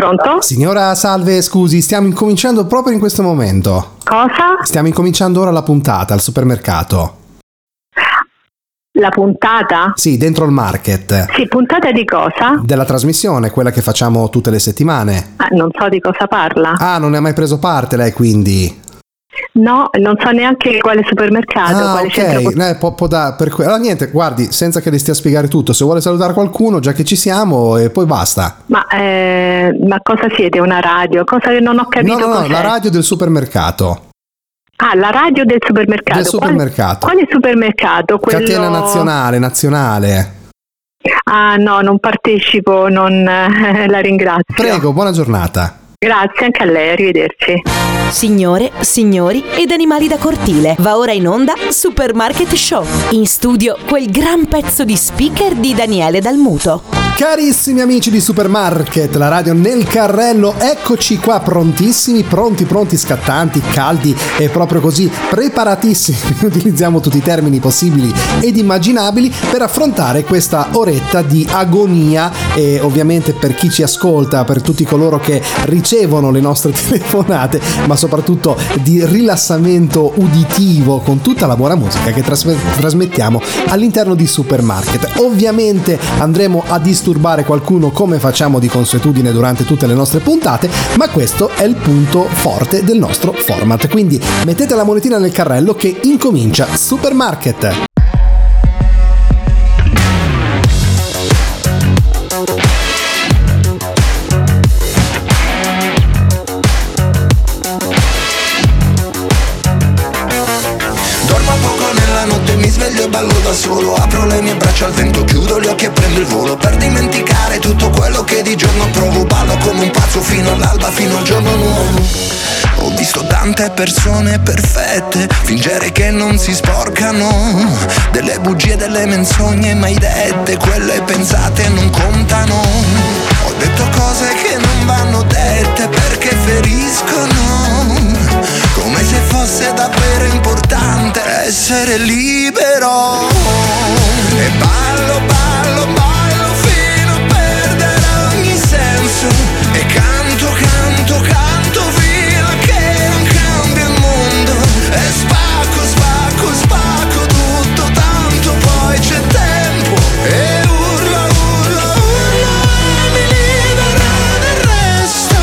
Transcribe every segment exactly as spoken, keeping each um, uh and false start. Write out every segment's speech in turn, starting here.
Pronto? Signora, salve, scusi, stiamo incominciando proprio in questo momento. Cosa? Stiamo incominciando ora la puntata al supermercato. La puntata? Sì, dentro il market. Sì, puntata di cosa? Della trasmissione, quella che facciamo tutte le settimane. Ah, non so di cosa parla. Ah, non ne ha mai preso parte lei, quindi? No, non so neanche quale supermercato, Ah, quale ok, centro... eh, può, può da, per que- allora niente, guardi, senza che le stia a spiegare tutto, se vuole salutare qualcuno, già che ci siamo, e poi basta. Ma, eh, ma cosa siete? Una radio? Cosa che non ho capito? No, no, no, cos'è. la radio del supermercato. Ah, la radio del supermercato. Del supermercato. Quale, quale supermercato? Quello... Catena nazionale, nazionale. Ah, no, non partecipo, non eh, la ringrazio. Prego, buona giornata. Grazie anche a lei, arrivederci. Signore, signori ed animali da cortile, va ora in onda Supermarket Show. In studio quel gran pezzo di speaker di Daniele Dalmuto. Carissimi amici di Supermarket, la radio nel carrello, eccoci qua prontissimi, pronti, pronti, scattanti, caldi e proprio così preparatissimi, utilizziamo tutti i termini possibili ed immaginabili per affrontare questa oretta di agonia e ovviamente per chi ci ascolta, per tutti coloro che ricevono le nostre telefonate, ma soprattutto di rilassamento uditivo con tutta la buona musica che tras- trasmettiamo all'interno di Supermarket. Ovviamente andremo a disturbare qualcuno come facciamo di consuetudine durante tutte le nostre puntate, ma questo è il punto forte del nostro format, quindi mettete la monetina nel carrello che incomincia Supermarket. Ballo da solo, apro le mie braccia al vento, chiudo gli occhi e prendo il volo per dimenticare tutto quello che di giorno provo. Ballo come un pazzo fino all'alba, fino al giorno nuovo. Ho visto tante persone perfette fingere che non si sporcano, delle bugie, delle menzogne mai dette, quelle pensate non contano. Ho detto cose che non vanno dette perché feriscono, come se fosse davvero importante essere libero. E ballo, ballo, ballo fino a perdere ogni senso. E canto, canto, canto fino a che non cambia il mondo. E spacco, spacco, spacco tutto, tanto poi c'è tempo. E urlo, urlo, urlo e mi libero del resto.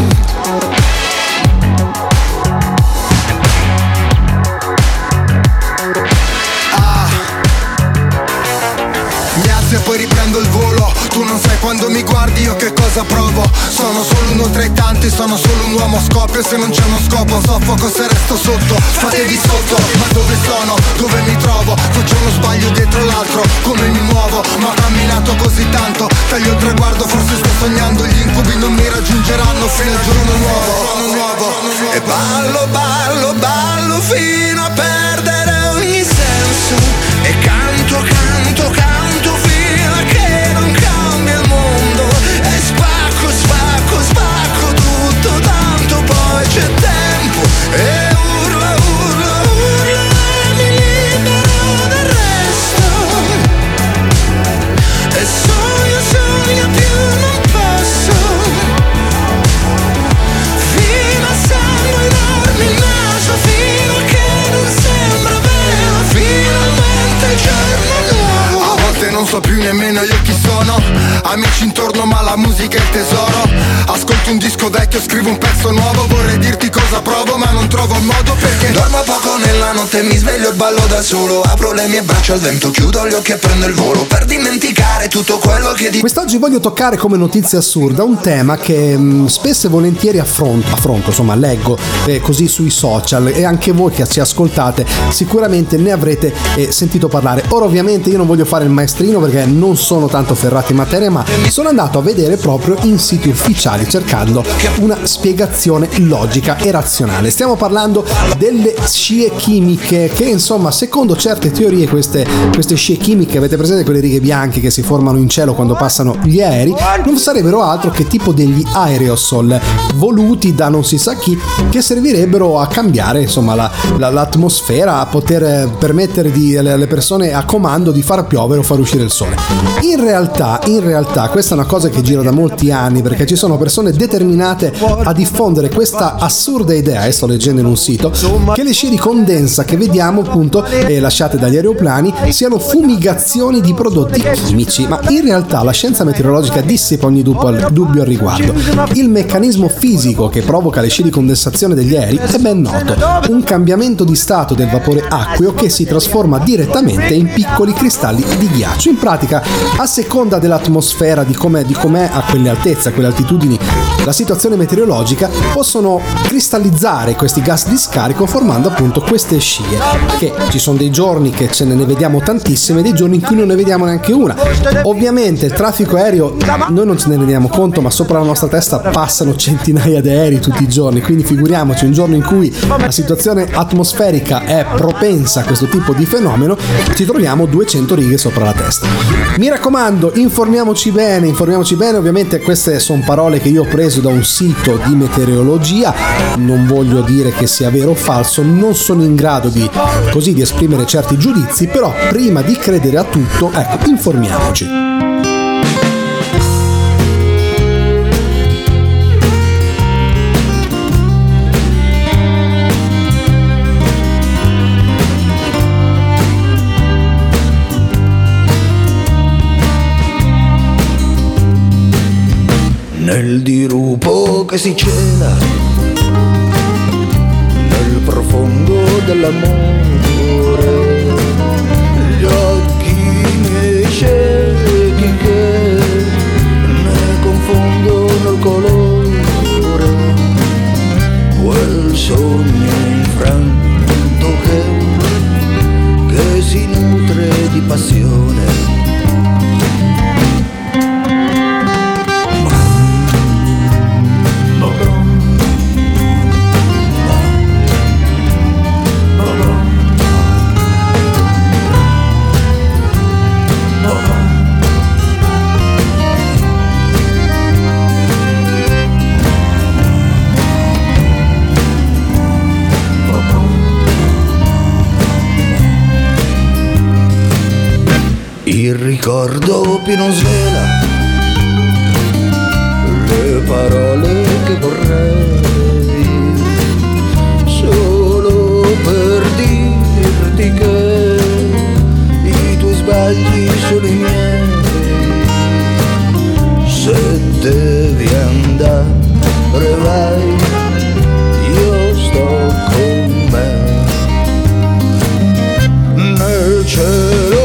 E poi riprendo il volo, tu non sai quando mi guardi io che cosa provo. Sono solo uno tra i tanti, sono solo un uomo a scoppio. Se non c'è uno scopo soffoco se resto sotto. Fatevi sotto, ma dove sono? Dove mi trovo? Faccio uno sbaglio dietro l'altro, come mi muovo? Ma ho camminato così tanto, taglio il traguardo, forse sto sognando. Gli incubi non mi raggiungeranno fino al giorno nuovo, giorno nuovo. E ballo, ballo, ballo fino a perdere ogni senso. E canto, canto, canto fino a che non cambia il mondo. E spacco, spacco, spacco tutto, tanto poi c'è tempo. E urlo, urlo, urlo e mi libero del resto. E sogno, sogno più non posso, fino a sanguinarmi il naso, fino a che non sembra vero, finalmente il giorno nuovo. A volte non so più nemmeno io chi sono, amici intorno ma la musica è il tesoro. Ascolto un disco vecchio, scrivo un pezzo nuovo, vorrei dirti cosa provo ma non trovo modo perché dormo poco nella notte, mi sveglio e ballo da solo. Apro le mie braccia al vento, chiudo gli occhi e prendo il volo per dimenticare tutto quello che di... Quest'oggi voglio toccare come notizia assurda un tema che mh, spesso e volentieri affronto, affronto insomma leggo eh, così sui social, e anche voi che ci ascoltate sicuramente ne avrete eh, sentito parlare. Ora ovviamente io non voglio fare il maestrino perché non sono tanto ferrato in materia, ma sono andato a vedere proprio in siti ufficiali cercando una spiegazione logica e razionale. Stiamo parlando delle scie chimiche che insomma secondo certe teorie queste, queste scie chimiche, avete presente quelle righe bianche che si formano in cielo quando passano gli aerei, non sarebbero altro che tipo degli aerosol voluti da non si sa chi, che servirebbero a cambiare insomma la, la, l'atmosfera, a poter permettere di, alle persone a comando di far piovere o far uscire il sole. In realtà, in realtà questa è una cosa che gira da molti anni perché ci sono persone determinate a diffondere questa assurda idea, e sto leggendo in un sito, che le scie di condensa che vediamo appunto eh, lasciate dagli aeroplani siano fumigazioni di prodotti chimici, ma in realtà la scienza meteorologica dissipa ogni dubbio al, dubbio al riguardo. Il meccanismo fisico che provoca le scie di condensazione degli aerei è ben noto, un cambiamento di stato del vapore acqueo che si trasforma direttamente in piccoli cristalli di ghiaccio. In pratica, a seconda dell'atmosfera, di com'è, di com'è a quelle altezze, a quelle altitudini, la situazione meteorologica, possono cristallizzare questi gas di scarico formando appunto queste scie, che ci sono dei giorni che ce ne vediamo tantissime, dei giorni in cui non ne vediamo neanche una. Ovviamente il traffico aereo noi non ce ne rendiamo conto, ma sopra la nostra testa passano centinaia di aerei tutti i giorni, quindi figuriamoci un giorno in cui la situazione atmosferica è propensa a questo tipo di fenomeno, ci troviamo duecento righe sopra la testa. Mi raccomando, informiamoci bene, informiamoci bene, ovviamente queste sono parole che io ho preso da un sito di meteorologia, non voglio dire che sia vero o falso, non sono in grado di così di esprimere certi giudizi, però prima di credere a tutto, ecco, informiamoci. Nel dirupo che si cela nel profondo dell'amore, gli occhi miei ciechi che ne confondono il colore, quel sogno infranto che, che si nutre di passione. Il ricordo più non svela le parole che vorrei, solo per dirti che i tuoi sbagli sono i miei. Se devi andare vai, io sto con me nel cielo.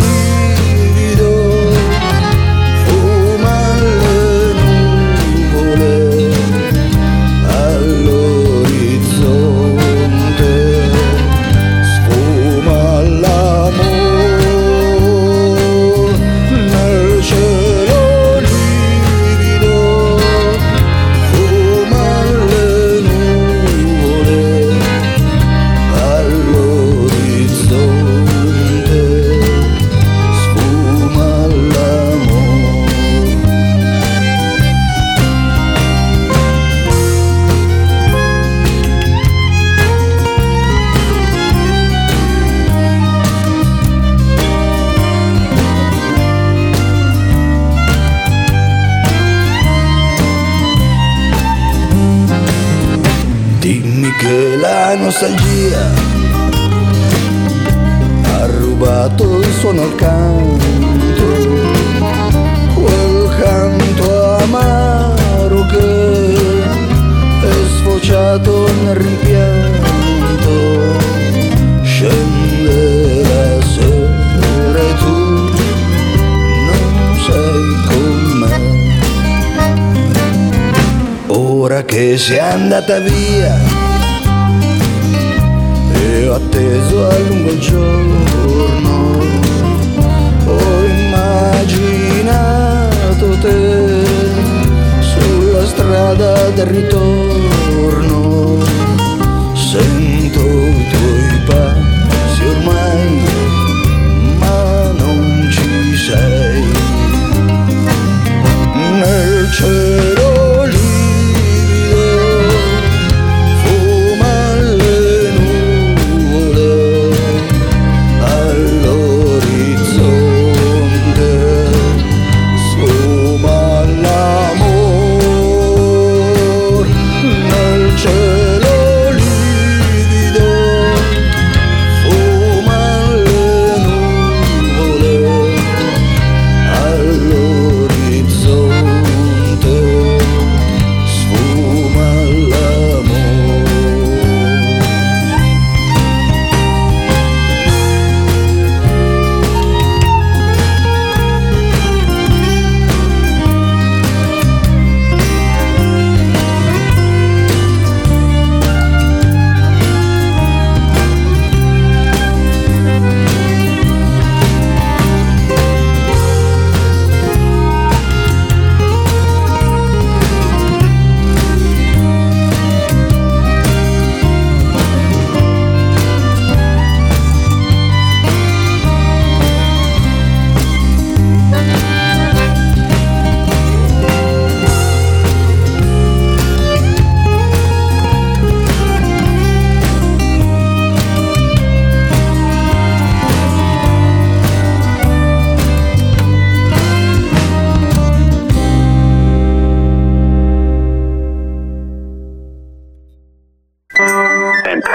Che la nostalgia ha rubato il suono al canto, quel canto amaro che è sfociato nel rimpianto. Scende la sera e tu non sei con me. Ora che sei andata via e ho atteso a lungo il giorno, ho immaginato te sulla strada del ritorno, sento i tuoi passi ormai, ma non ci sei. Nel cielo l'amore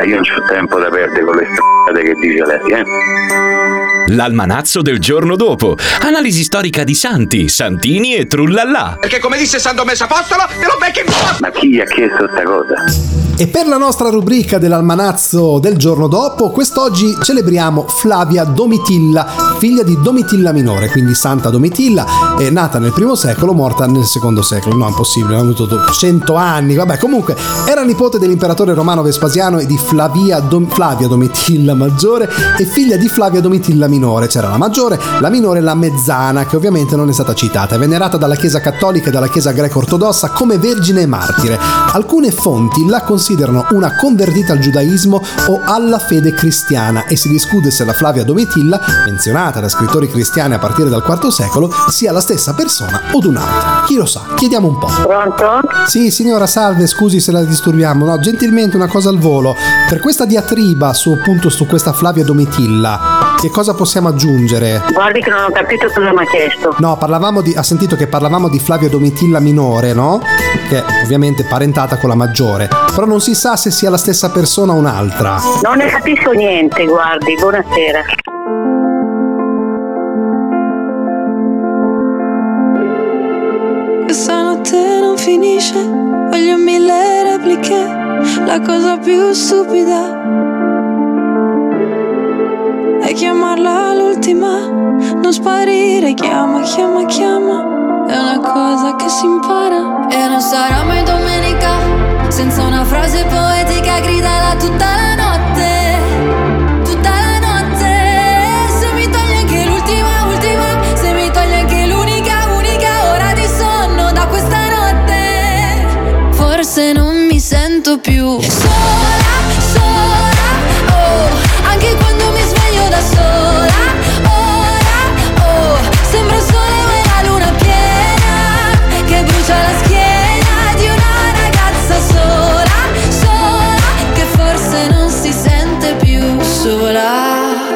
Eh, io non c'ho tempo da perdere con le strade che dice lei, eh. L'almanazzo del giorno dopo. Analisi storica di santi, santini e trullallà. Perché come disse San Domenico Apostolo, te lo becchi in faccia! Ma chi gli ha chiesto sta cosa? E per la nostra rubrica dell'almanazzo del giorno dopo, quest'oggi celebriamo Flavia Domitilla, figlia di Domitilla Minore, quindi Santa Domitilla, è nata nel primo secolo, morta nel secondo secolo. No, impossibile, hanno avuto cento anni, vabbè, comunque era nipote dell'imperatore romano Vespasiano e di Flavia, Dom- Flavia Domitilla Maggiore e figlia di Flavia Domitilla Minore. C'era la maggiore, la minore e la mezzana, che ovviamente non è stata citata. È venerata dalla Chiesa cattolica e dalla Chiesa greco-ortodossa come vergine e martire. Alcune fonti la considerano una convertita al giudaismo o alla fede cristiana e si discute se la Flavia Domitilla, menzionata da scrittori cristiani a partire dal quarto secolo, sia la stessa persona o un'altra. Chi lo sa? Chiediamo un po'. Pronto? Sì, signora, salve, scusi se la disturbiamo. No, gentilmente una cosa al volo. Per questa diatriba su appunto su questa Flavia Domitilla, che cosa possiamo aggiungere? Guardi che non ho capito cosa mi ha chiesto. No, parlavamo di, ha sentito che parlavamo di Flavia Domitilla Minore, no? Che ovviamente è parentata con la maggiore, però non si sa se sia la stessa persona o un'altra. Non ne capisco niente, guardi, buonasera. Questa notte non finisce, voglio mille repliche, la cosa più stupida è chiamarla l'ultima, non sparire, chiama, chiama, chiama, è una cosa che si impara. E non sarà mai domenica senza una frase poetica, gridala tutta la notte, tutta la notte. Se mi togli anche l'ultima, ultima, se mi togli anche l'unica, unica ora di sonno da questa notte, forse non mi sento più sola, sola, oh, anche quando mi sveglio da sola, ora, oh, sembra il sole e la luna piena che brucia la schiena di una ragazza sola, sola, che forse non si sente più sola.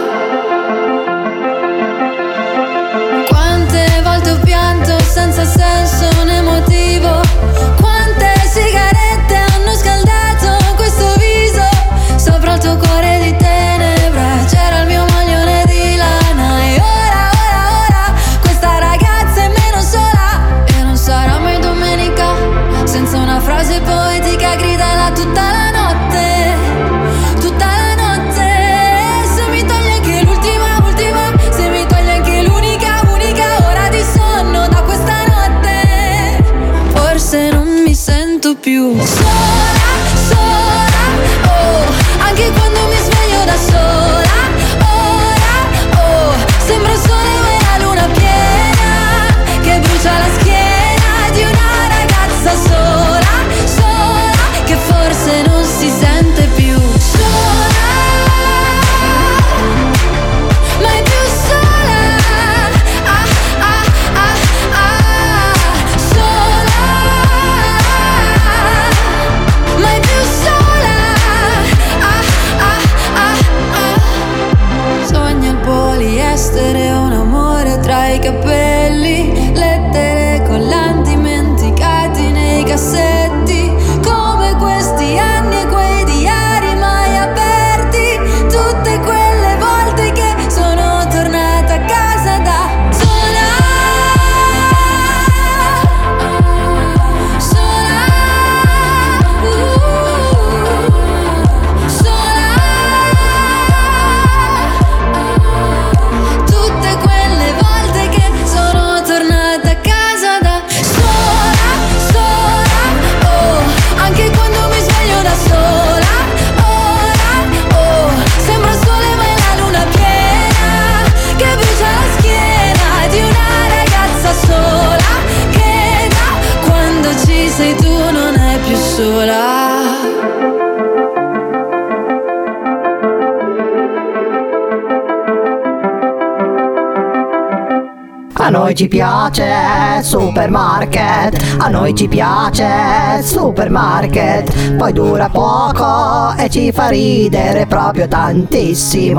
Quante volte ho pianto senza senso né motivo, quante sigarette hanno scaldato questo viso, sopra il tuo cuore di tenebra c'era il mio maglione di lana e ora, ora, ora questa ragazza è meno sola. E non sarà mai domenica senza una frase poetica, gridala tutta la notte, tutta la notte. Se mi togli anche l'ultima, ultima, se mi togli anche l'unica, unica ora di sonno da questa notte, forse non mi sento più sola, sola, oh, anche quando mi sveglio da sola, ora, oh, sembra il sole e la luna piena che brucia la schiena di una ragazza sola, sola, che forse non si sente più sola, mai più sola, ah, ah, ah, ah, sola, mai più sola, ah, ah, ah, ah. Sogna il poliestere, un amore tra i capelli, lettere con dimenticati nei cassetti, come questi anni e quei diari mai aperti, tutte quelle volte che sono tornata a casa da sola, sola, uh, sola, tutte quelle volte che sono tornata a casa da sola, sola, oh, anche quando mi sveglio da sola, ora, oh, sembra il sole ma è la luna piena che brucia la schiena di una ragazza sola, che da quando ci sei tu non è più sola. A noi ci piace Supermarket, a noi ci piace Supermarket, poi dura poco e ci fa ridere proprio tantissimo.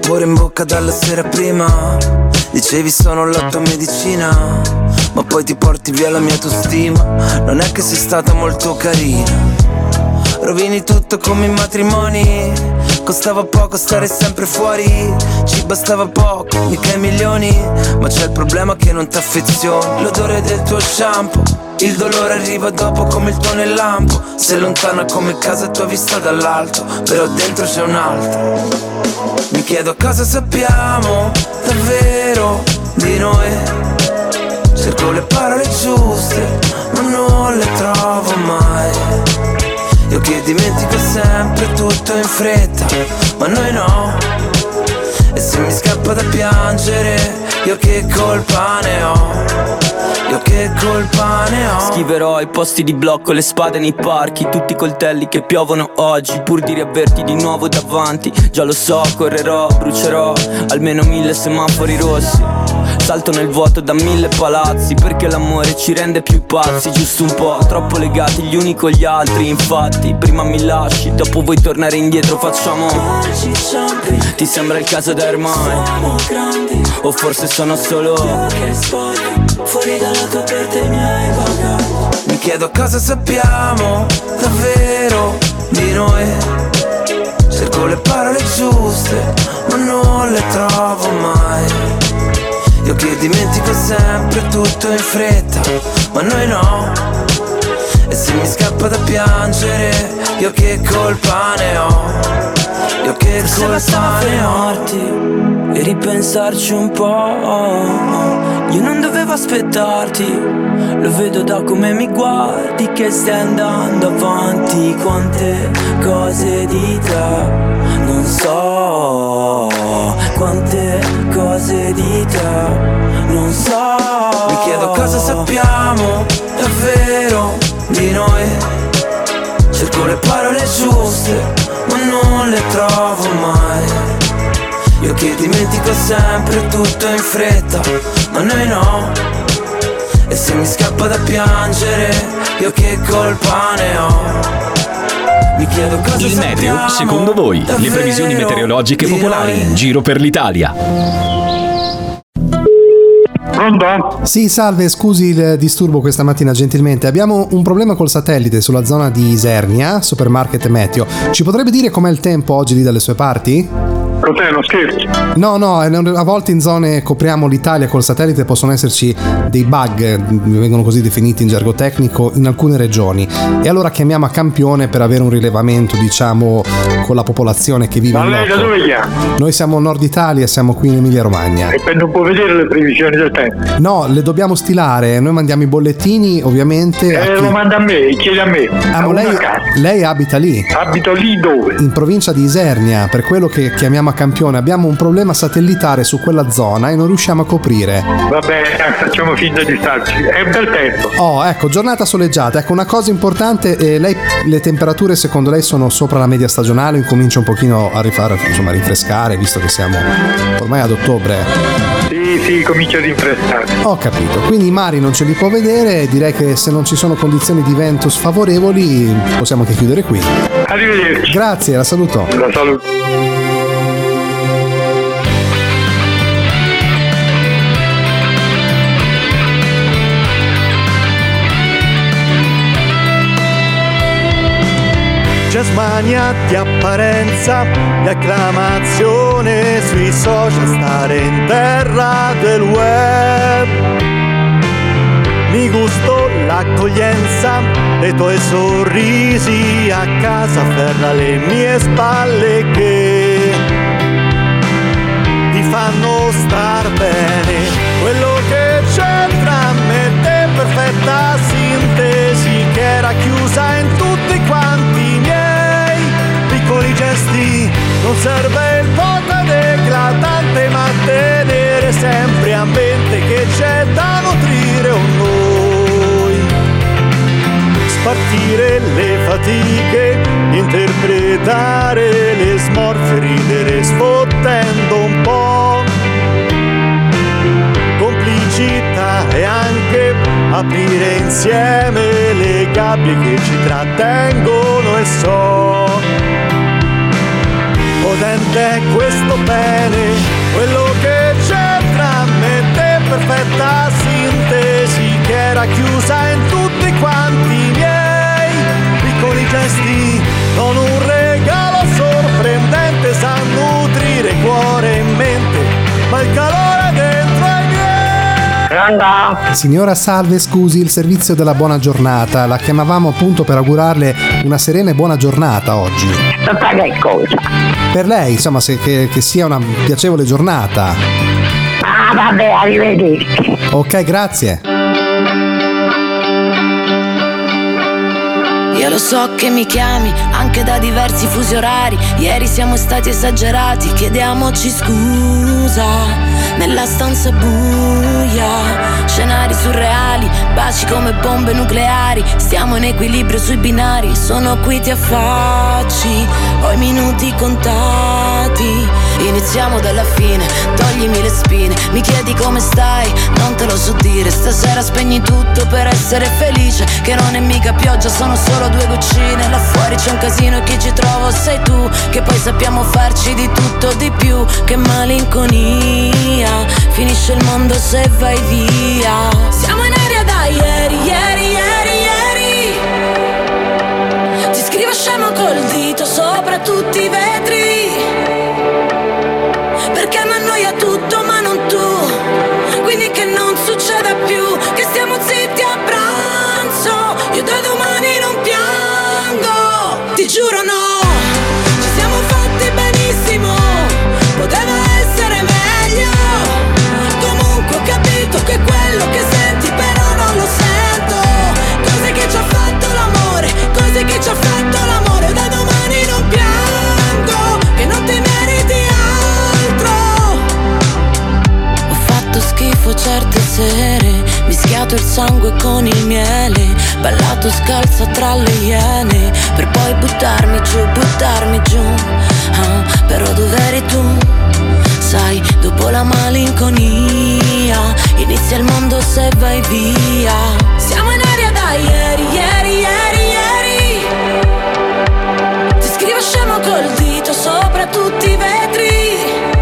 sapore in bocca dalla sera prima. Dicevi sono la tua medicina, ma poi ti porti via la mia autostima. Non è che sei stata molto carina. Rovini tutto come i matrimoni. Costava poco stare sempre fuori. Ci bastava poco, mica i milioni. Ma c'è il problema che non t'affezioni. L'odore del tuo shampoo, il dolore arriva dopo come il tuo nel lampo. Sei lontana come casa tua vista dall'alto, però dentro c'è un altro. Mi chiedo cosa sappiamo davvero di noi. Cerco le parole giuste, ma non le trovo mai. Io che dimentico sempre tutto in fretta, ma noi no. E se mi scappa da piangere, io che colpa ne ho? Io che colpa ne ho? Schiverò i posti di blocco, le spade nei parchi, tutti i coltelli che piovono oggi, pur di riaverti di nuovo davanti. Già lo so, correrò, brucerò almeno mille semafori rossi. Salto nel vuoto da mille palazzi, perché l'amore ci rende più pazzi. Giusto un po', troppo legati gli uni con gli altri. Infatti, prima mi lasci, dopo vuoi tornare indietro, facciamo. Ti sembra il caso da ormai? O forse sono solo fuori dalla tua porta i miei bagagli. Mi chiedo cosa sappiamo davvero di noi. Cerco le parole giuste, ma non le trovo mai. Io che dimentico sempre tutto in fretta, ma noi no. E se mi scappa da piangere, io che colpa ne ho? Io che colpa ne ho? E ripensarci un po'. Io non dovevo aspettarti, lo vedo da come mi guardi che stai andando avanti. Quante cose di te non so, quante cose di te non so. Mi chiedo cosa sappiamo davvero di noi. Cerco le parole giuste, ma non le trovo mai. Io che dimentico sempre tutto in fretta, ma noi no. E se mi scappa da piangere, io che colpa ne ho? Mi chiedo cosa Il meteo, secondo voi, le previsioni meteorologiche popolari in giro per l'Italia. Pronto? Sì, salve, scusi il disturbo questa mattina gentilmente. Abbiamo un problema col satellite sulla zona di Isernia, Supermarket Meteo. Ci potrebbe dire com'è il tempo oggi lì dalle sue parti? Cos'è, uno scherzo? No, no, a volte in zone copriamo l'Italia col satellite possono esserci dei bug, vengono così definiti in gergo tecnico, in alcune regioni. E allora chiamiamo a campione per avere un rilevamento, diciamo, con la popolazione che vive Ma in lei da loco. dove chiama? Noi siamo al nord Italia, siamo qui in Emilia Romagna. E per non può vedere le previsioni del tempo? No, le dobbiamo stilare, noi mandiamo i bollettini ovviamente. Eh, a chi... lo manda a me, chiede a me. Ah, ma lei, lei abita lì? Abito lì dove? In provincia di Isernia, per quello che chiamiamo a campione. Abbiamo un problema satellitare su quella zona e non riusciamo a coprire. Vabbè, facciamo finta di starci. È un bel tempo. Oh, ecco, giornata soleggiata. Ecco, una cosa importante, eh, lei, le temperature secondo lei sono sopra la media stagionale o incomincia un pochino a rifare, insomma, a rinfrescare, visto che siamo ormai ad ottobre? Sì, sì, comincia a rinfrescare. Ho capito, quindi i mari non ce li può vedere, direi che se non ci sono condizioni di vento sfavorevoli possiamo anche chiudere qui. Arrivederci. Grazie, la saluto. La saluto. Jazz mania di apparenza, di acclamazione sui social, stare in terra del web. Mi gusto l'accoglienza dei tuoi sorrisi a casa, afferra le mie spalle che ti fanno star bene. Quello che c'è tra me e te, perfetta sintesi che era chiusa in tutti quanti i miei piccoli gesti. Non serve il poco ed eclatante, ma tenere sempre a mente che c'è da nutrire un noi. Spartire le fatiche, interpretare le smorfie, ridere sfottendo un po'. Complicità e anche aprire insieme le gabbie che ci trattengono, e so potente è questo bene, quello che c'è tra me e te, perfetta sintesi che era chiusa in tutti quanti i miei piccoli gesti, non un regalo sorprendente, sa nutrire cuore e mente, ma il calore dentro ai miei. Signora salve, scusi, il servizio della buona giornata, la chiamavamo appunto per augurarle una serena e buona giornata oggi. Ma che cosa? Per lei, insomma, se, che, che sia una piacevole giornata. Ah, vabbè, arrivederci. Ok, grazie. Io lo so che mi chiami anche da diversi fusi orari. Ieri siamo stati esagerati, chiediamoci scusa. Nella stanza buia, scenari surreali, baci come bombe nucleari. Stiamo in equilibrio sui binari, sono qui ti affacci, ho i minuti contati. Iniziamo dalla fine, toglimi le spine. Mi chiedi come stai, non te lo so dire. Stasera spegni tutto per essere felice, che non è mica pioggia, sono solo due goccine. Là fuori c'è un casino e chi ci trovo sei tu, che poi sappiamo farci di tutto di più. Che malinconia, finisce il mondo se vai via. Siamo in aria da ieri, ieri, ieri, ieri. Ti scrivo scemo col dito sopra tutti i vetri, perché mi annoia tutto ma non tu. Quindi che non succeda più, che stiamo zitti a pranzo. Io da domani non piango, ti giuro no. Ci siamo fatti benissimo, poteva essere meglio. Comunque ho capito che quello che senti però non lo sento. Cose che ci ha fatto l'amore, cose che ci ha fatto l'amore. Da domani non piango, che non ti meriti altro. Ho fatto schifo certe sere, mischiato il sangue con il miele, ballato scalza tra le iene, per poi buttarmi giù, buttarmi giù. Ah, però dov'eri tu? Sai, dopo la malinconia inizia il mondo se vai via. Siamo in aria da ieri, ieri, ieri, ieri. Ti scrivo scemo col dito sopra tutti i vetri,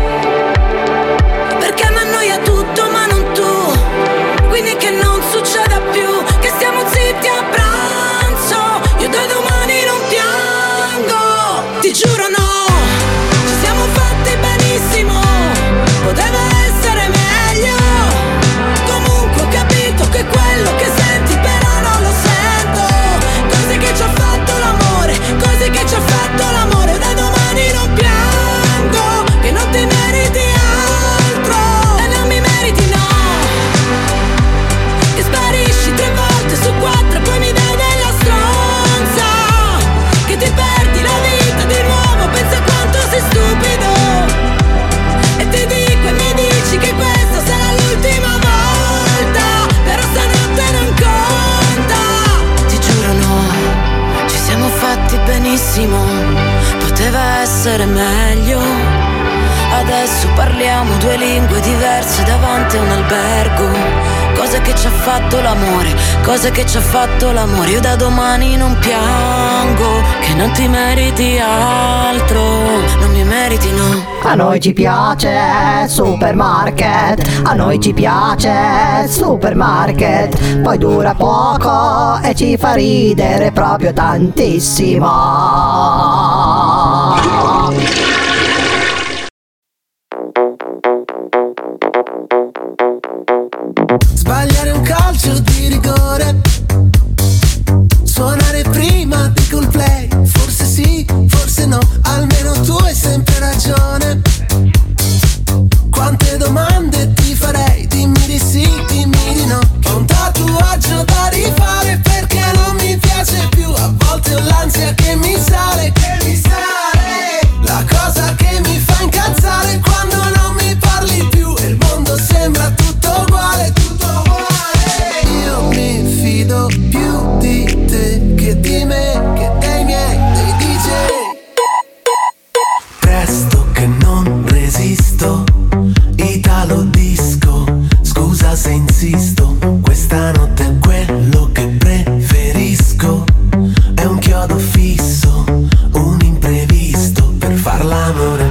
perché mi annoia tutto ma non tu. Quindi che non succeda più, che stiamo zitti a pranzo. Io da domani non piango, ti giuro no. Ci siamo fatti benissimo, poteva essere meglio. Comunque ho capito che quello che senti però non lo sento. Cose che ci ha fatto l'amore, cose che ci ha fatto l'amore. Da domani non piango, che non ti meriti altro. E non mi meriti no, che sparisci tre volte su quattro e poi mi dai della stronza. Che ti perdi la vita di nuovo, pensa quanto sei stupido. E ti dico e mi dici che questa sarà l'ultima volta, però stanotte non conta. Ti giuro no, ci siamo fatti benissimo, poteva essere meglio. Adesso parliamo due lingue diverse davanti a un albergo. Cose che ci ha fatto l'amore, cose che ci ha fatto l'amore. Io da domani non piango, che non ti meriti altro, non mi meriti no. A noi ci piace Supermarket, a noi ci piace Supermarket, poi dura poco e ci fa ridere proprio tantissimo. Sbagliare un calcio di rigore, suonare prima di Coldplay, forse sì, forse no, almeno tu hai sempre ragione. Quante domande ti farei, dimmi di sì, dimmi di no. Ho un tatuaggio da rifare perché non mi piace più, a volte ho l'ansia che mi sale, che mi sale. La cosa che mi fa incazzare è quando non mi parli più e il mondo sembra tutto uguale, tutto uguale. Io mi fido più di te che di me, che dei miei, dei D J. Presto che non resisto, Italo disco, scusa se insisto, questa notte è quello che preferisco. È un chiodo fisso, un imprevisto per far l'amore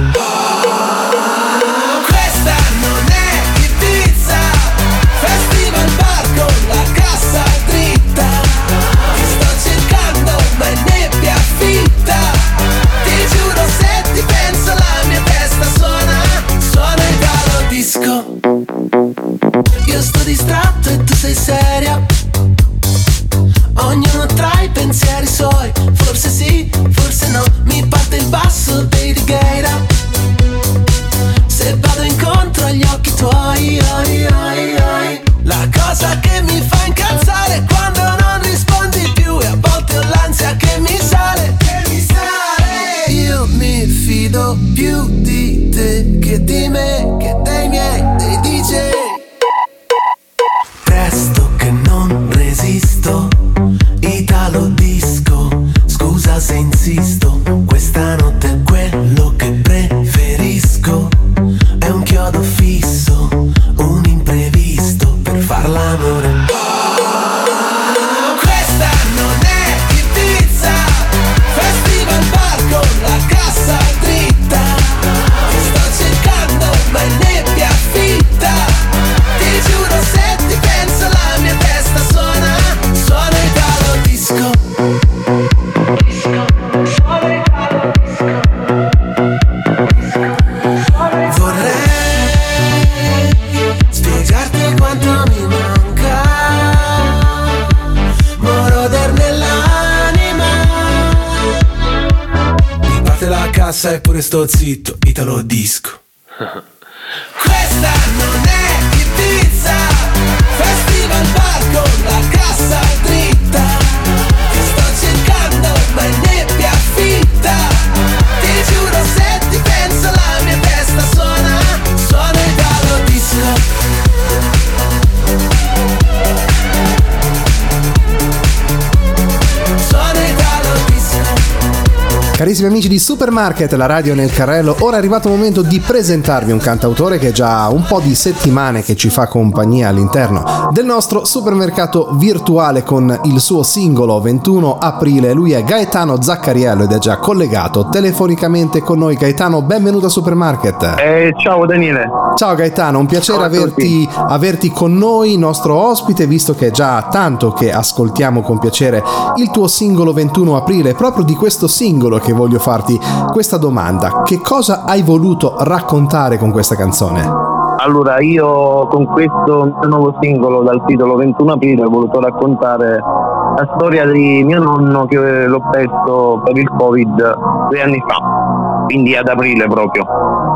pensieri suoi, forse sì, forse no. Mi parte il basso dei Righeira se vado incontro agli occhi tuoi. Ai, ai, ai. La cosa che mi fa incazzare è quando non rispondi più, e a volte ho l'ansia che mi sale, che mi sale. Io mi fido più di te che di me, che dei miei, dei D J. Presto che non resisto, Italo disco, scusa se insisto, questa notte è quello che preferisco, è un chiodo fisso, un imprevisto per far l'amore. Questa non è Ibiza, festival bar con la cassa dritta, ti sto cercando ma è nebbia fitta, ti giuro se ti penso la mia testa suona, suona Italo disco. Spiegarti quanto mi manca, moroder nell'anima. Mi parte la cassa e pure sto zitto, Italo disco. Questa non è Ibiza, festival bar con la cassa dritta, ti sto cercando ma è nebbia fitta, ti giuro se ti penso la mia testa suona, suona Italo disco. Carissimi amici di Supermarket, la radio nel carrello, ora è arrivato il momento di presentarvi un cantautore che già un po' di settimane che ci fa compagnia all'interno del nostro supermercato virtuale con il suo singolo ventuno aprile. Lui è Gaetano Zaccariello ed è già collegato telefonicamente con noi. Gaetano, benvenuto a Supermarket. Eh, ciao Daniele. Ciao Gaetano, un piacere ciao averti, averti con noi, nostro ospite, visto che è già tanto che ascoltiamo con piacere il tuo singolo ventuno aprile. Proprio di questo singolo che voglio farti questa domanda: che cosa hai voluto raccontare con questa canzone? Allora, io con questo nuovo singolo dal titolo ventuno aprile ho voluto raccontare la storia di mio nonno che l'ho perso per il Covid due anni fa, quindi ad aprile proprio.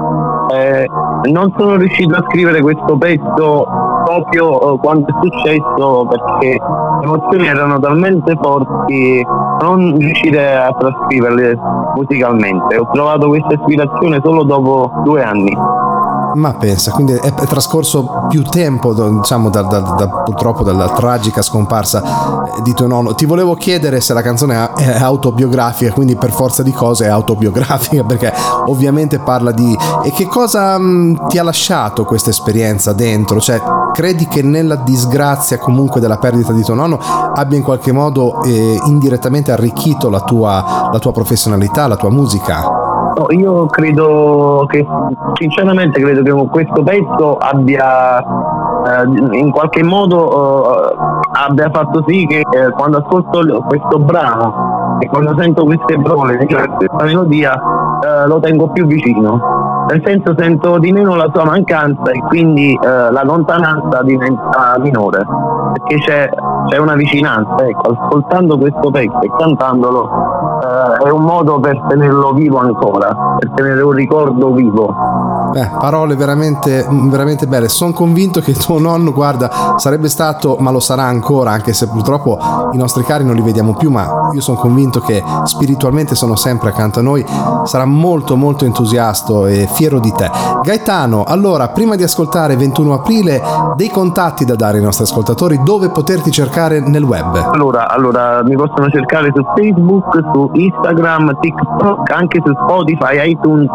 Eh, non sono riuscito a scrivere questo pezzo proprio eh, quando è successo, perché le emozioni erano talmente forti da non riuscire a trascriverle musicalmente. Ho trovato questa ispirazione solo dopo due anni. Ma pensa, quindi è, è trascorso più tempo, diciamo, da, da, da, purtroppo dalla tragica scomparsa di tuo nonno. Ti volevo chiedere se la canzone è autobiografica, quindi per forza di cose è autobiografica, perché ovviamente parla di... E che cosa mh, ti ha lasciato questa esperienza dentro? Cioè, credi che nella disgrazia comunque della perdita di tuo nonno abbia in qualche modo eh, indirettamente arricchito la tua, la tua professionalità, la tua musica? Io credo che, sinceramente credo che con questo pezzo abbia eh, in qualche modo eh, abbia fatto sì che eh, quando ascolto questo brano e quando sento queste parole, cioè questa melodia, eh, lo tengo più vicino. Nel senso, sento di meno la sua mancanza e quindi eh, la lontananza diventa minore, perché c'è, c'è una vicinanza. Ecco, ascoltando questo pezzo e cantandolo eh, è un modo per tenerlo vivo ancora, per tenere un ricordo vivo. Beh, parole veramente, veramente belle. Sono convinto che tuo nonno, guarda, sarebbe stato, ma lo sarà ancora, anche se purtroppo i nostri cari non li vediamo più, ma io sono convinto che spiritualmente sono sempre accanto a noi. Sarà molto molto entusiasta e fiero di te. Gaetano, allora, prima di ascoltare ventuno aprile, dei contatti da dare ai nostri ascoltatori, dove poterti cercare nel web? Allora, allora mi possono cercare su Facebook, su Instagram, TikTok, anche su Spotify, iTunes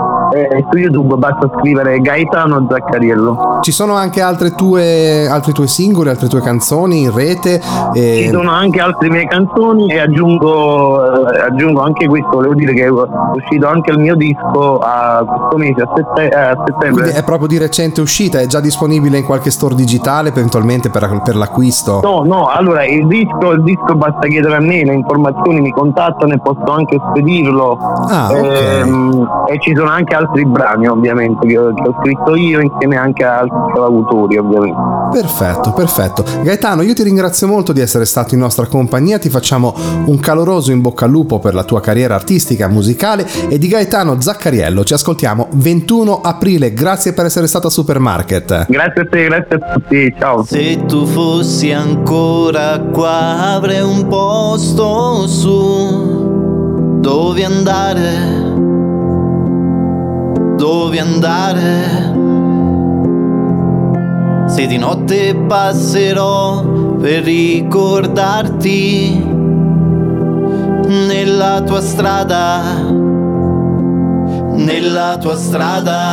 e su YouTube basta scrivere Gaetano Zaccariello. Ci sono anche altre tue, altri tuoi singoli, altre tue canzoni in rete? E... Ci sono anche altre mie canzoni e aggiungo, eh, aggiungo anche questo, volevo dire che è uscito anche il mio disco a questo mese, a, sette, eh, a settembre. Quindi è proprio di recente uscita, è già disponibile in qualche store digitale eventualmente per, per l'acquisto? No, no, allora il disco, il disco basta chiedere a me, le informazioni mi contattano e posso anche spedirlo. Ah, ehm, ok. E ci sono anche altri brani ovviamente che ho, che ho scritto io insieme anche a altri autori ovviamente. Perfetto, perfetto. Gaetano, io ti ringrazio molto di essere stato in nostra compagnia, ti facciamo un caloroso in bocca al lupo per la tua carriera artistica, musicale, e di Gaetano Zaccariello ci ascoltiamo ventuno aprile. Grazie per essere stato a Supermarket. Grazie a te, grazie a tutti, ciao. Se tu fossi ancora qua avrei un posto su dove andare, dove andare. Se di notte passerò per ricordarti nella tua strada, nella tua strada.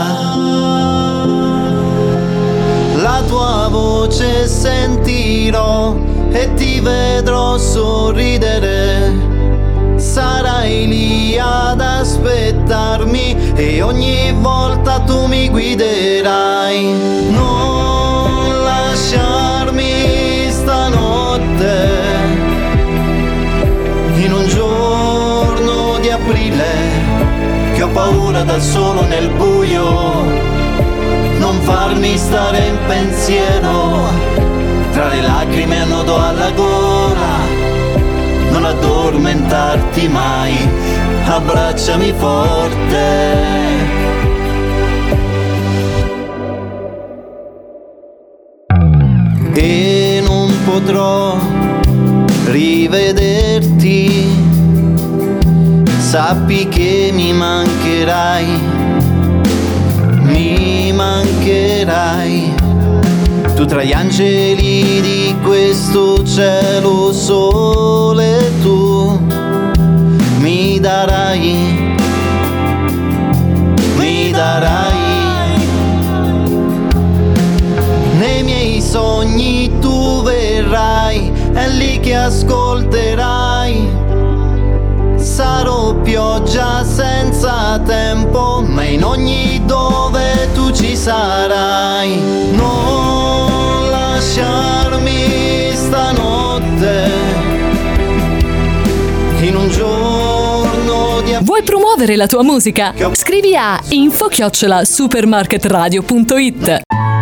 La tua voce sentirò e ti vedrò sorridere. Sarai lì ad aspettarmi e ogni volta tu mi guiderai. Non lasciarmi stanotte, in un giorno di aprile, che ho paura dal solo nel buio. Non farmi stare in pensiero, tra le lacrime a nodo alla gola. Non addormentarti mai, abbracciami forte. E non potrò rivederti, sappi che mi mancherai, mi mancherai. Tu tra gli angeli di questo cielo sole tu mi darai, mi darai. Nei miei sogni tu verrai, è lì che ascolterai. Sarò pioggia senza tempo, ma in ogni dove tu ci sarai. Non lasciarmi stanotte, in un giorno di... Vuoi promuovere la tua musica? Scrivi a info chiocciola supermarketradio punto it.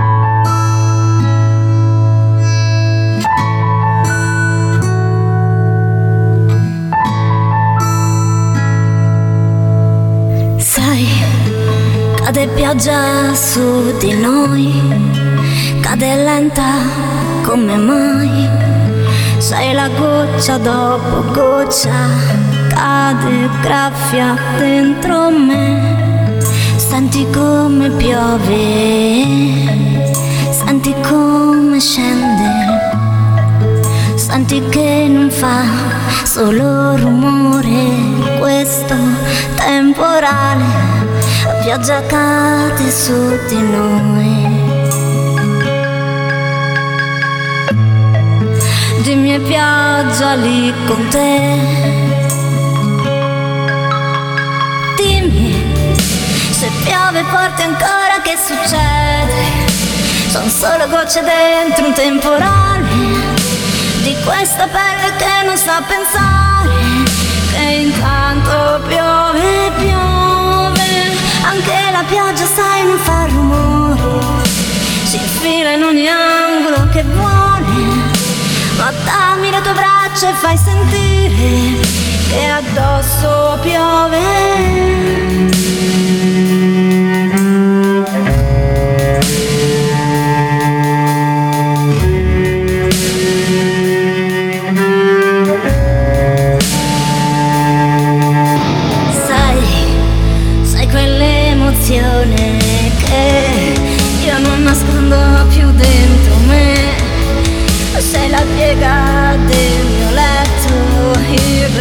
Cade pioggia su di noi, cade lenta come mai. Sei la goccia dopo goccia, cade graffia dentro me. Senti come piove, senti come scende, senti che non fa solo rumore questo temporale. La pioggia cade su di noi. Dimmi è pioggia lì con te. Dimmi se piove forte ancora che succede. Sono solo gocce dentro un temporale, di questa pelle che non sa pensare, che intanto piove, piove. Anche la pioggia sai non fa rumore, si infila in ogni angolo che vuole. Ma dammi le tue braccia e fai sentire che addosso piove. Che io non nascondo più dentro me. Sei la piega del mio letto, il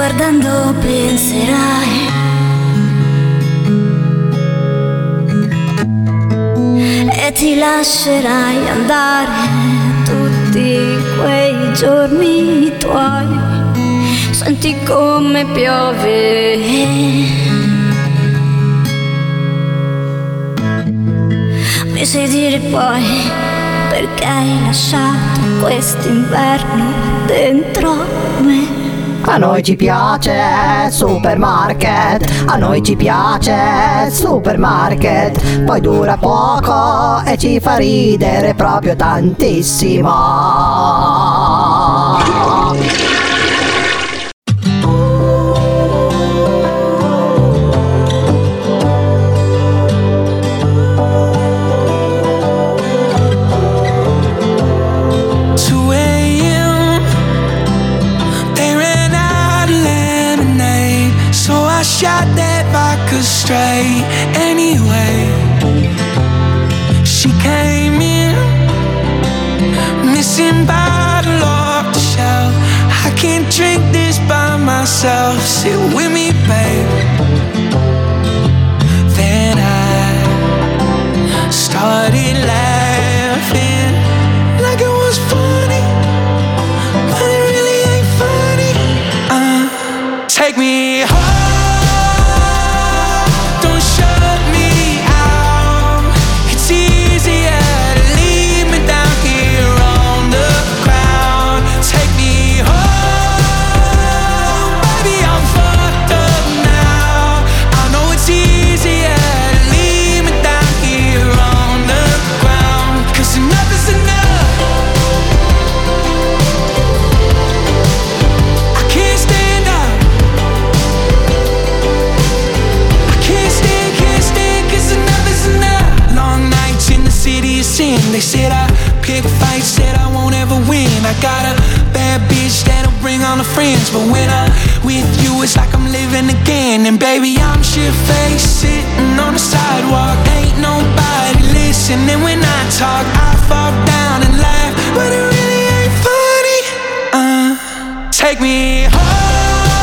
guardando penserai e ti lascerai andare tutti quei giorni tuoi. Senti come piove, mi sai dire poi perché hai lasciato quest'inverno dentro me? A noi ci piace Supermarket, a noi ci piace Supermarket, poi dura poco e ci fa ridere proprio tantissimo. Shot that vodka straight anyway. She came in, missing bottle off the shelf. I can't drink this by myself. Sit with me, babe. Then I started laughing like it was funny, but it really ain't funny. Uh, take me home. They said I pick fights, said I won't ever win. I got a bad bitch that'll bring all the friends, but when I'm with you it's like I'm living again. And baby, I'm shit-faced, sitting on the sidewalk, ain't nobody listening when I talk. I fall down and laugh, but it really ain't funny. Uh, take me home.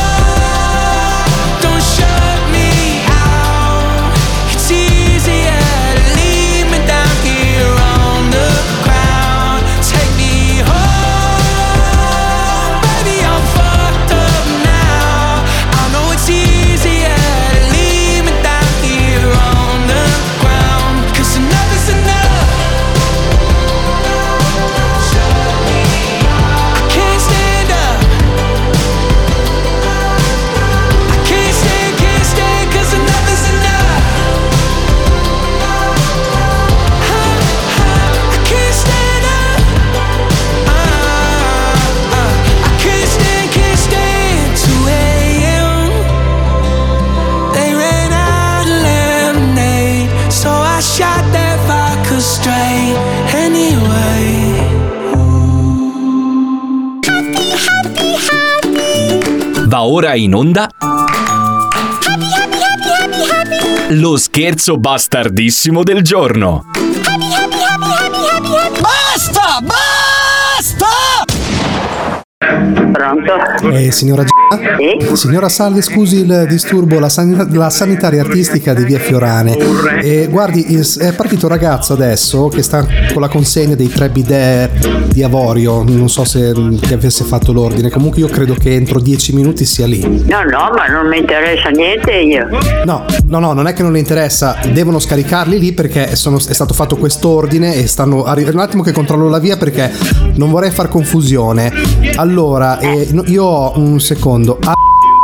Don't shut me out. It's easier to leave me down here on the ground. Take me home, baby, I'm fucked up now. I know it's easier to leave me down here on the ground, 'cause enough is enough. I can't stand up. I can't stand, can't stand, 'cause enough is enough. I can't stand up. Uh, uh, I can't stand, can't stand. two a.m. They ran out of lemonade, so I shot that vodka straight anyway. Va ora in onda lo scherzo bastardissimo del giorno. Basta! Basta! Pronto? Eh, signora G- Sì? Signora Salvi, scusi il disturbo, la, san- la sanitaria artistica di Via Fiorane. E guardi, il- è partito un ragazzo adesso che sta con la consegna dei tre bidet di avorio. Non so se che avesse fatto l'ordine. Comunque io credo che entro dieci minuti sia lì. No, no, ma non mi interessa niente io. No, no, no, non è che non le interessa. Devono scaricarli lì perché sono- è stato fatto quest'ordine e stanno. arri- Un attimo che controllo la via perché non vorrei far confusione. Allora, eh, no, io ho un secondo. A-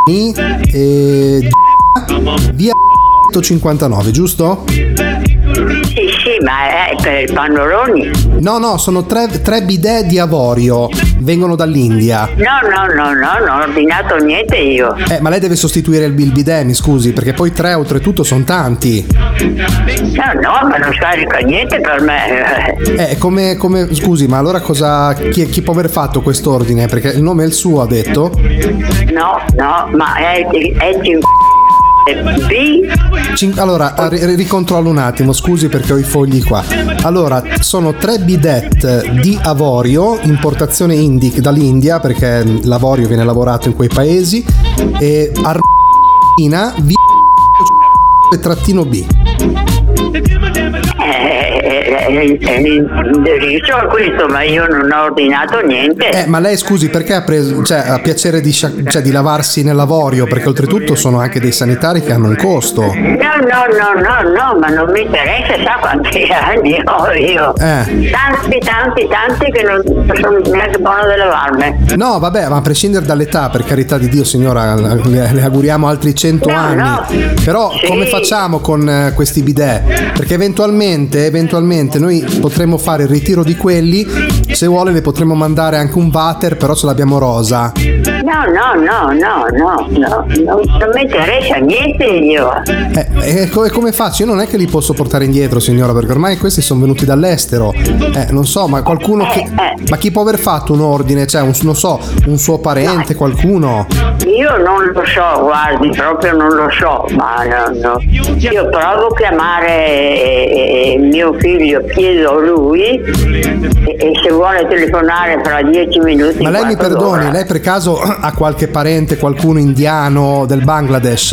e via cinquantanove, giusto? Sì, sì, ma è per i pannoloni. No, no, sono tre, tre bidet di avorio. Vengono dall'India. No, no, no, no, non ho ordinato niente io. Eh, ma lei deve sostituire il, il bidet, mi scusi, perché poi tre oltretutto sono tanti. No, no, ma non scarica niente per me. Eh, come, come scusi, ma allora cosa. Chi, chi può aver fatto quest'ordine? Perché il nome è il suo, ha detto. No, no, ma è, è di B? Cin- allora, ri- ricontrollo un attimo, scusi perché ho i fogli qua. Allora, sono tre bidet di avorio, importazione indi- dall'India, perché l'avorio viene lavorato in quei paesi, e Armina V trattino B. L'indirizzo è questo, ma io non ho ordinato niente. Eh, ma lei scusi, perché ha preso, cioè, ha piacere di, scia- cioè, di lavarsi nell'avorio? Perché oltretutto sono anche dei sanitari che hanno un costo. No, no, no, no, no, ma non mi interessa, sa quanti anni ho io. Eh. Tanti, tanti, tanti che non sono neanche buono da lavarmi. No, vabbè, ma a prescindere dall'età, per carità di Dio, signora, le, le auguriamo altri cento No, anni. no. Però Sì. come facciamo con eh, questi bidet? Perché eventualmente, eventualmente noi potremmo fare il ritiro di quelli, se vuole le potremmo mandare anche un water, però ce l'abbiamo rosa. No, no, no, no, no, no, non, non mi interessa niente io. Eh, e co- come faccio? Io non è che li posso portare indietro, signora, perché ormai questi sono venuti dall'estero. Eh, non so, ma qualcuno che... Ma chi può aver fatto un ordine? Cioè, un, non so, un suo parente, qualcuno? Io non lo so, guardi, proprio non lo so, ma no, no. Io provo a chiamare eh, eh, mio figlio, chiedo a lui e, e se vuole telefonare fra dieci minuti. Ma lei mi quarto perdoni, d'ora. lei per caso ha qualche parente, qualcuno indiano del Bangladesh?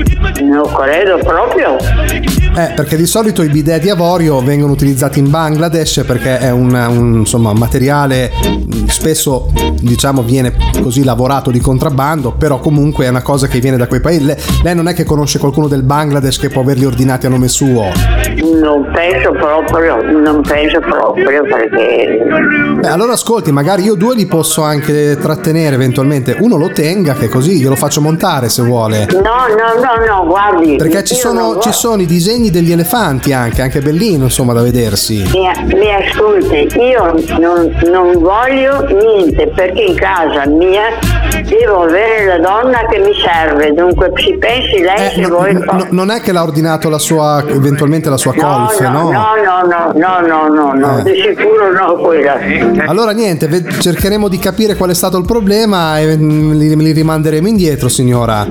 Non credo proprio. Eh, perché di solito i bidet di avorio vengono utilizzati in Bangladesh perché è un, un, insomma, un materiale mh, spesso, diciamo, viene così lavorato di contrabbando, però comunque è una cosa che viene da quei paesi. Lei, lei non è che conosce qualcuno del Bangladesh che può averli ordinati a nome suo? Non penso proprio, non penso proprio perché... Beh, allora ascolti, magari io due li posso anche trattenere eventualmente. Uno lo tenga, che così glielo faccio montare se vuole. No, no, no, no, guardi. Perché ci io sono, non ci sono i disegni degli elefanti anche, anche bellino, insomma, da vedersi. Mi, mi ascolti, io non, non voglio niente perché in casa mia devo avere la donna che mi serve, dunque ci pensi lei Eh, se no, vuoi. no, non è che l'ha ordinato la sua, eventualmente la sua colf, no? no, no, no, no, no, no, no, Eh. di sicuro no quella. Allora niente, ve- cercheremo di capire qual è stato il problema e mm, li, li rimanderemo indietro, signora.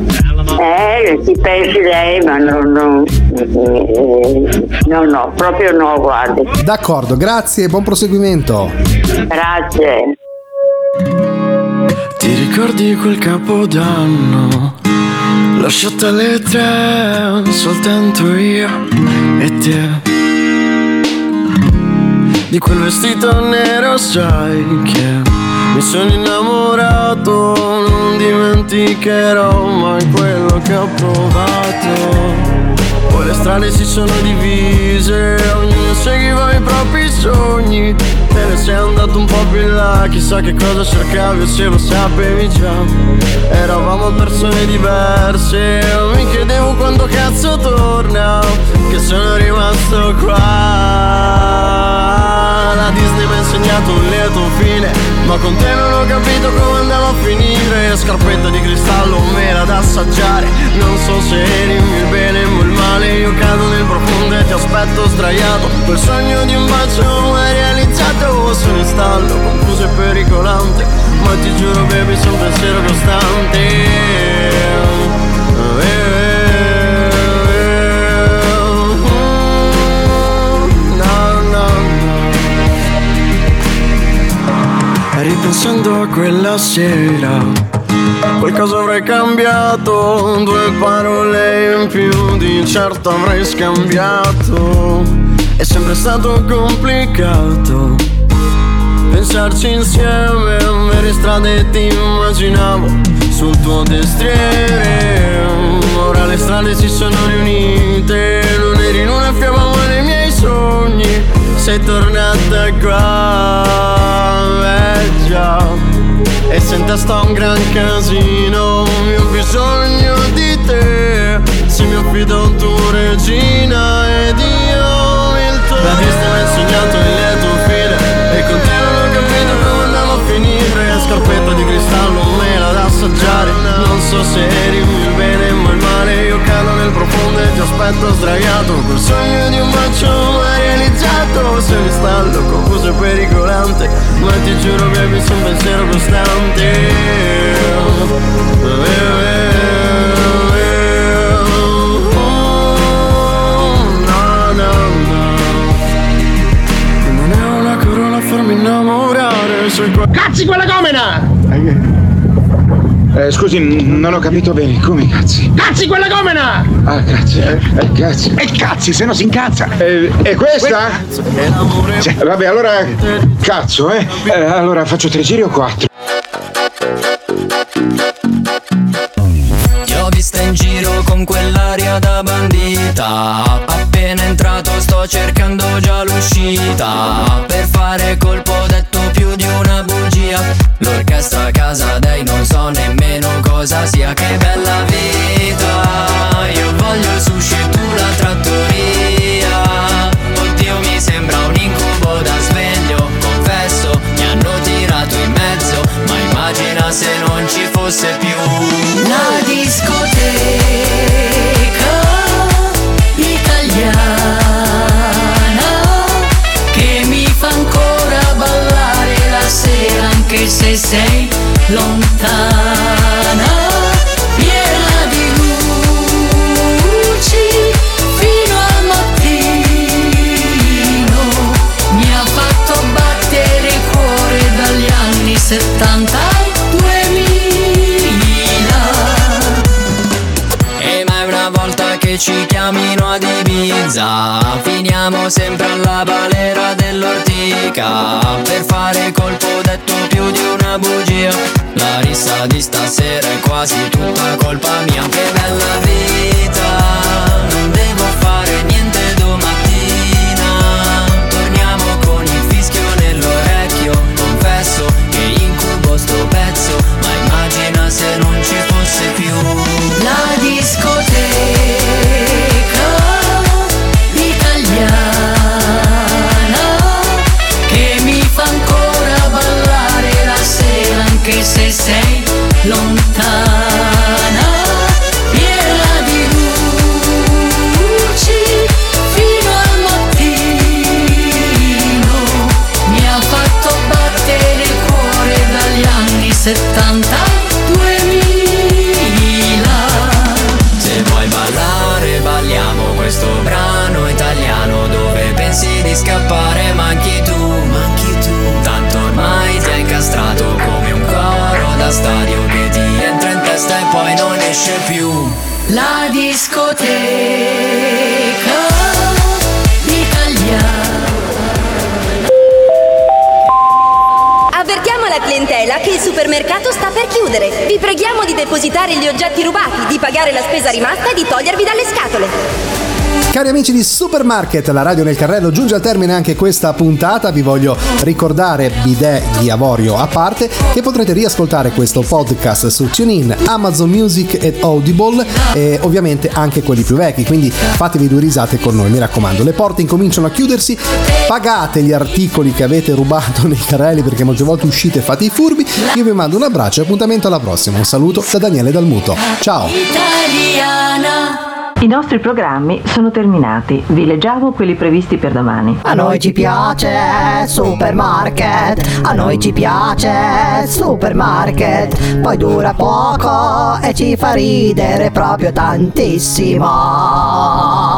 Eh, ci pensi lei, ma no, no, eh, no, no, proprio no, guardi. D'accordo, grazie, buon proseguimento. Grazie. Ti ricordi quel capodanno? Lasciate alle tre, soltanto io e te. Di quel vestito nero sai che mi sono innamorato. Non dimenticherò mai quello che ho provato. Poi le strade si sono divise, ognuno seguiva i propri sogni. Te ne sei andato un po' più in là, chissà che cosa cercavi o se lo sapevi già. Eravamo persone diverse, mi chiedevo quando cazzo torna, che sono rimasto qua. La Disney mi ha insegnato un lieto fine, ma con te non ho capito come andava a finire. Scarpetta di cristallo, mela da assaggiare, non so se eri il bene o il male. Io cado nel profondo e ti aspetto sdraiato. Quel sogno di un bacio mai realizzato. Sono in stallo, confuso e pericolante, ma ti giuro baby sono un pensiero costante. Ripensando a quella sera, qualcosa avrei cambiato, due parole in più di certo avrei scambiato. È sempre stato complicato pensarci insieme, vere strade ti immaginavo sul tuo destriere. Ora le strade si sono riunite, non eri in una fiamma ma nei miei sogni. Sei tornata qua, eh già. E se in testa un gran casino, io ho bisogno di te. Se mi affido tu regina ed io il tuo. La Disney mi ha insegnato il lieto fine, e con te non ho capito come andava a finire. Scarpetta di cristallo, mela da assaggiare, non so se eri il bene o il male. Io cado nel profondo e ti aspetto sdraiato. Quel sogno di un bacio mai realizzato. Sei in stallo, confuso e pericolante, ma ti giuro baby sono un pensiero costante. quella gomena! Eh, scusi, non ho capito bene, come cazzi? Cazzi quella gomena! Ah, cazzi, eh, eh, cazzi. E cazzi, se no si incazza! Eh, e questa? Sì. Vabbè, allora, cazzo, eh? eh allora faccio tre giri o quattro? Ti ho vista in giro con quell'aria da bandita. Appena entrato sto cercando già l'uscita. Per fare colpo ho detto più di una bugia. L'orchestra a casa dei non so nemmeno cosa sia. Che bella vita. Io voglio il sushi e tu la trattoria. Oddio mi sembra un incubo da sveglio. Confesso mi hanno tirato in mezzo. Ma immagina se non ci fosse più la discoteca italiana che mi fa ancora ballare la sera anche se sei lontana, piena di luci fino al mattino, mi ha fatto battere il cuore dagli anni settanta al duemila. E mai una volta che ci chiamino ad Ibiza finiamo sempre alla balera dell'Ortica. Per fare colpo ho detto più di una bugia. La rissa di stasera è quasi tutta colpa mia. Che bella vita, non devo fare niente domattina. Torniamo con il fischio nell'orecchio. Confesso che incubo sto pezzo, ma immagina se non ci fosse più la discoteca italiana che mi fa ancora ballare la sera anche se sei lontana, piena di luci fino al mattino, mi ha fatto battere il cuore dagli anni settanta al duemila. Se vuoi ballare balliamo questo brano italiano dove pensi di scappare manchi tu, manchi tu. Tanto ormai ti hai incastrato come un coro da stadio che ti entra in testa e poi non esce più. La discoteca italiana. Avvertiamo la clientela che il supermercato sta per chiudere. Vi preghiamo di depositare gli oggetti rubati, di pagare la spesa rimasta e di togliervi dalle scatole. Cari amici di Supermarket, la radio nel carrello giunge al termine anche questa puntata. Vi voglio ricordare, bidet di avorio a parte, che potrete riascoltare questo podcast su TuneIn, Amazon Music ed Audible e ovviamente anche quelli più vecchi, quindi fatevi due risate con noi, mi raccomando. Le porte incominciano a chiudersi, pagate gli articoli che avete rubato nei carrelli perché molte volte uscite e fate i furbi. Io vi mando un abbraccio e appuntamento alla prossima. Un saluto da Daniele Dalmuto. Ciao! Italiana. I nostri programmi sono terminati, vi leggiamo quelli previsti per domani. A noi ci piace Supermarket, a noi ci piace Supermarket, poi dura poco e ci fa ridere proprio tantissimo.